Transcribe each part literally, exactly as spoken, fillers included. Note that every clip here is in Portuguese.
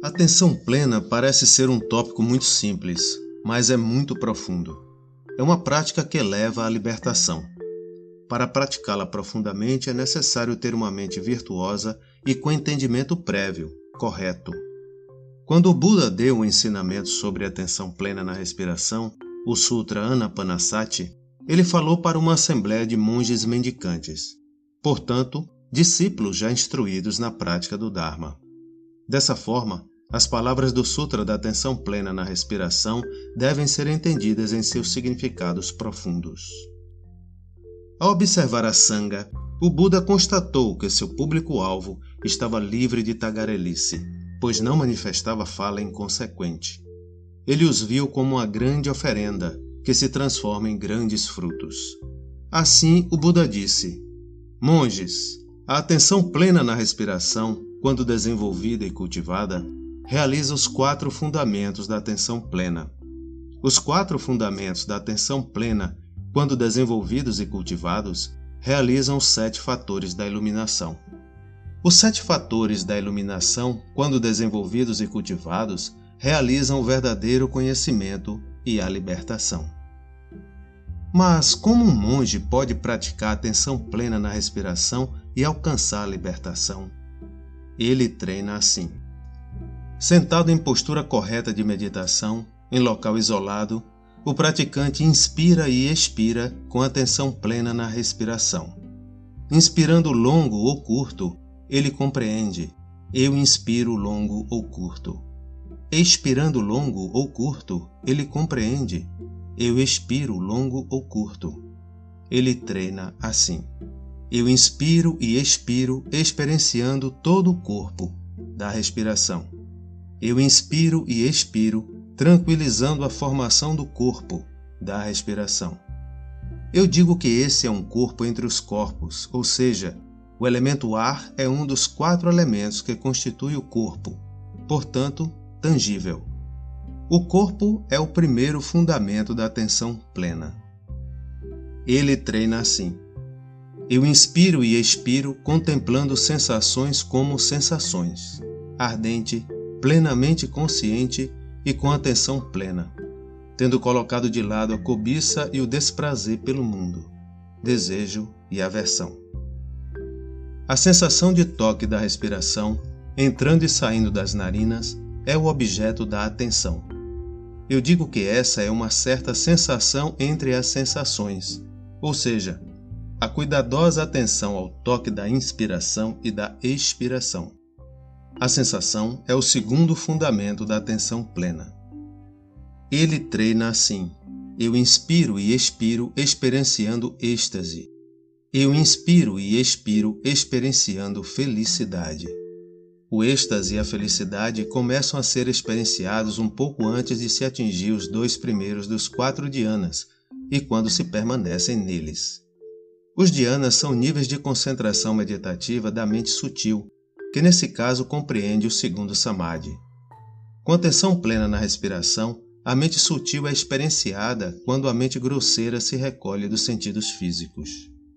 Atenção plena parece ser um tópico muito simples, mas é muito profundo. É uma prática que leva à libertação. Para praticá-la profundamente é necessário ter uma mente virtuosa e com entendimento prévio, correto. Quando o Buda deu um ensinamento sobre atenção plena na respiração, o Sutra Anapanasati, ele falou para uma assembleia de monges mendicantes, portanto, discípulos já instruídos na prática do Dharma. Dessa forma, as palavras do Sutra da Atenção Plena na Respiração devem ser entendidas em seus significados profundos. Ao observar a Sangha, o Buda constatou que seu público-alvo estava livre de tagarelice, pois não manifestava fala inconsequente. Ele os viu como uma grande oferenda, que se transforma em grandes frutos. Assim, o Buda disse: Monges, a atenção plena na respiração, quando desenvolvida e cultivada, realiza os quatro fundamentos da atenção plena. Os quatro fundamentos da atenção plena, quando desenvolvidos e cultivados, realizam os sete fatores da iluminação. Os sete fatores da iluminação, quando desenvolvidos e cultivados, realizam o verdadeiro conhecimento e a libertação. Mas como um monge pode praticar atenção plena na respiração e alcançar a libertação? Ele treina assim. Sentado em postura correta de meditação, em local isolado, o praticante inspira e expira com atenção plena na respiração. Inspirando longo ou curto, ele compreende: eu inspiro longo ou curto. Expirando longo ou curto, ele compreende: eu expiro longo ou curto. Ele treina assim. Eu inspiro e expiro experienciando todo o corpo da respiração. Eu inspiro e expiro tranquilizando a formação do corpo da respiração. Eu digo que esse é um corpo entre os corpos, ou seja, o elemento ar é um dos quatro elementos que constitui o corpo, portanto, tangível. O corpo é o primeiro fundamento da atenção plena. Ele treina assim. Eu inspiro e expiro contemplando sensações como sensações, ardente, plenamente consciente e com atenção plena, tendo colocado de lado a cobiça e o desprazer pelo mundo, desejo e aversão. A sensação de toque da respiração, entrando e saindo das narinas, é o objeto da atenção. Eu digo que essa é uma certa sensação entre as sensações, ou seja, a cuidadosa atenção ao toque da inspiração e da expiração. A sensação é o segundo fundamento da atenção plena. Ele treina assim. Eu inspiro e expiro experienciando êxtase. Eu inspiro e expiro experienciando felicidade. O êxtase e a felicidade começam a ser experienciados um pouco antes de se atingir os dois primeiros dos quatro dhyanas e quando se permanecem neles. Os dhyanas são níveis de concentração meditativa da mente sutil, que nesse caso compreende o segundo samadhi. Com atenção plena na respiração, a mente sutil é experienciada quando a mente grosseira se recolhe dos sentidos físicos.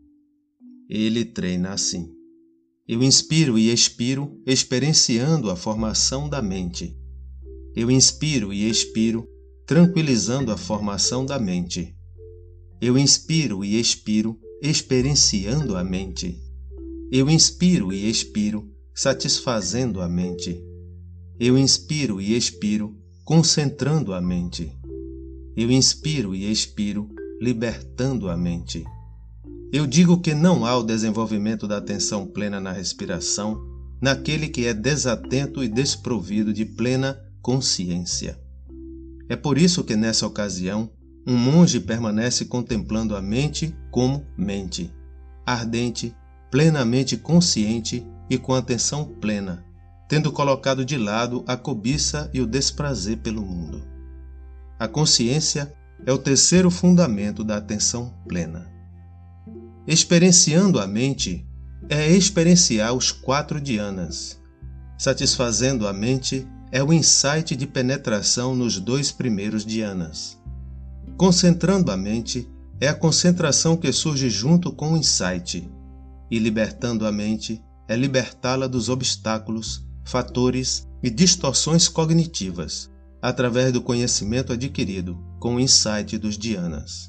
Ele treina assim. Eu inspiro e expiro experienciando a formação da mente. Eu inspiro e expiro tranquilizando a formação da mente. Eu inspiro e expiro experienciando a mente. Eu inspiro e expiro satisfazendo a mente. Eu inspiro e expiro concentrando a mente. Eu inspiro e expiro libertando a mente. Eu digo que não há o desenvolvimento da atenção plena na respiração naquele que é desatento e desprovido de plena consciência. É por isso que nessa ocasião, um monge permanece contemplando a mente como mente, ardente, plenamente consciente e com atenção plena, tendo colocado de lado a cobiça e o desprazer pelo mundo. A consciência é o terceiro fundamento da atenção plena. Experienciando a mente é experienciar os quatro dhyanas. Satisfazendo a mente é o insight de penetração nos dois primeiros dhyanas. Concentrando a mente é a concentração que surge junto com o insight. E libertando a mente é libertá-la dos obstáculos, fatores e distorções cognitivas, através do conhecimento adquirido com o insight dos dhyanas.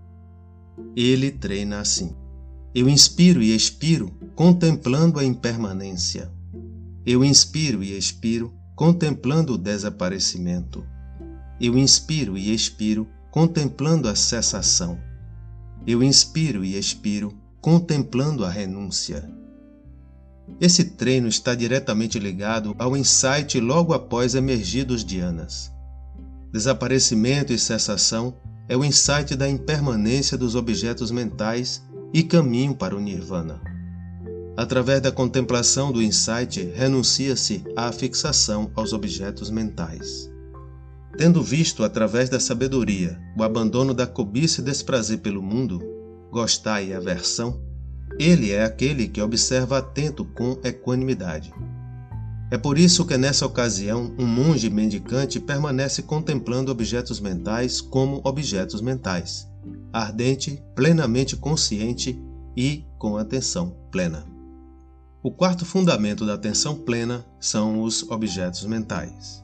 Ele treina assim. Eu inspiro e expiro, contemplando a impermanência. Eu inspiro e expiro, contemplando o desaparecimento. Eu inspiro e expiro, contemplando a cessação. Eu inspiro e expiro, contemplando a renúncia. Esse treino está diretamente ligado ao insight logo após emergir dos dhyanas. Desaparecimento e cessação é o insight da impermanência dos objetos mentais e caminho para o nirvana. Através da contemplação do insight, renuncia-se à fixação aos objetos mentais. Tendo visto através da sabedoria o abandono da cobiça e desprazer pelo mundo, gostar e aversão, ele é aquele que observa atento com equanimidade. É por isso que nessa ocasião um monge mendicante permanece contemplando objetos mentais como objetos mentais, ardente, plenamente consciente e com atenção plena. O quarto fundamento da atenção plena são os objetos mentais.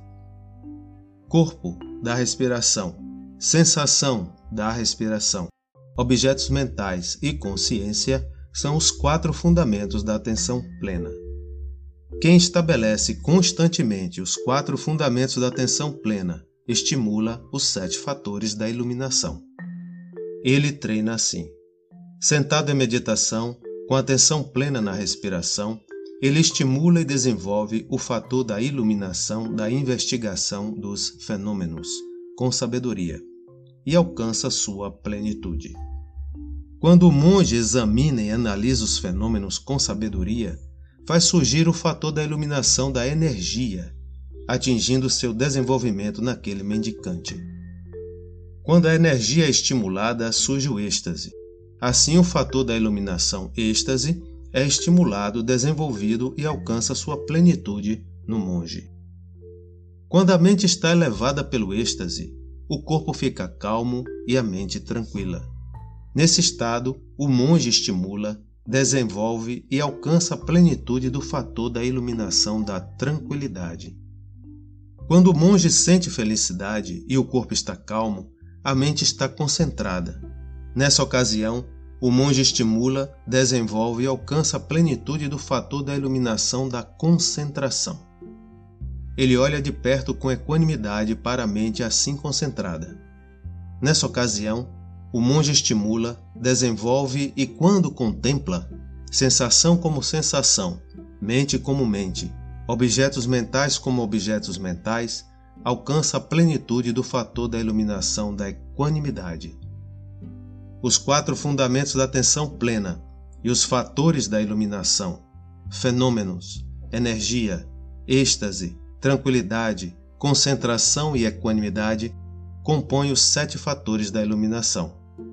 Corpo da respiração, sensação da respiração, objetos mentais e consciência são os quatro fundamentos da atenção plena. Quem estabelece constantemente os quatro fundamentos da atenção plena estimula os sete fatores da iluminação. Ele treina assim. Sentado em meditação, com atenção plena na respiração, ele estimula e desenvolve o fator da iluminação da investigação dos fenômenos, com sabedoria, e alcança sua plenitude. Quando o monge examina e analisa os fenômenos com sabedoria, faz surgir o fator da iluminação da energia, atingindo seu desenvolvimento naquele mendicante. Quando a energia é estimulada, surge o êxtase. Assim, o fator da iluminação êxtase é estimulado, desenvolvido e alcança sua plenitude no monge. Quando a mente está elevada pelo êxtase, o corpo fica calmo e a mente tranquila. Nesse estado, o monge estimula, desenvolve e alcança a plenitude do fator da iluminação da tranquilidade. Quando o monge sente felicidade e o corpo está calmo, a mente está concentrada. Nessa ocasião, o monge estimula, desenvolve e alcança a plenitude do fator da iluminação da concentração. Ele olha de perto com equanimidade para a mente assim concentrada. Nessa ocasião, o monge estimula, desenvolve e, quando contempla, sensação como sensação, mente como mente, objetos mentais como objetos mentais, alcança a plenitude do fator da iluminação da equanimidade. Os quatro fundamentos da atenção plena e os fatores da iluminação, fenômenos, energia, êxtase, tranquilidade, concentração e equanimidade, compõem os sete fatores da iluminação.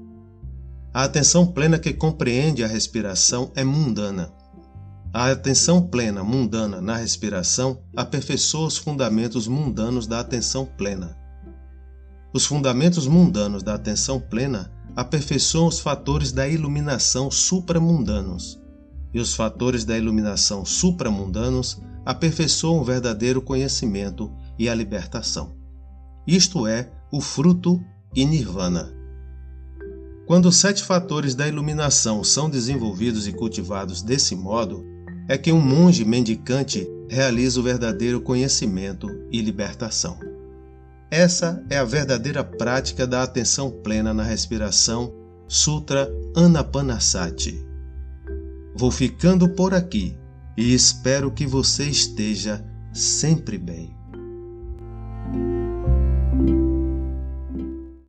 A atenção plena que compreende a respiração é mundana. A atenção plena mundana na respiração aperfeiçoa os fundamentos mundanos da atenção plena. Os fundamentos mundanos da atenção plena aperfeiçoam os fatores da iluminação supramundanos, e os fatores da iluminação supramundanos aperfeiçoam o verdadeiro conhecimento e a libertação. Isto é, o fruto e nirvana. Quando os sete fatores da iluminação são desenvolvidos e cultivados desse modo, é que um monge mendicante realiza o verdadeiro conhecimento e libertação. Essa é a verdadeira prática da atenção plena na respiração, Sutra Anapanasati. Vou ficando por aqui e espero que você esteja sempre bem.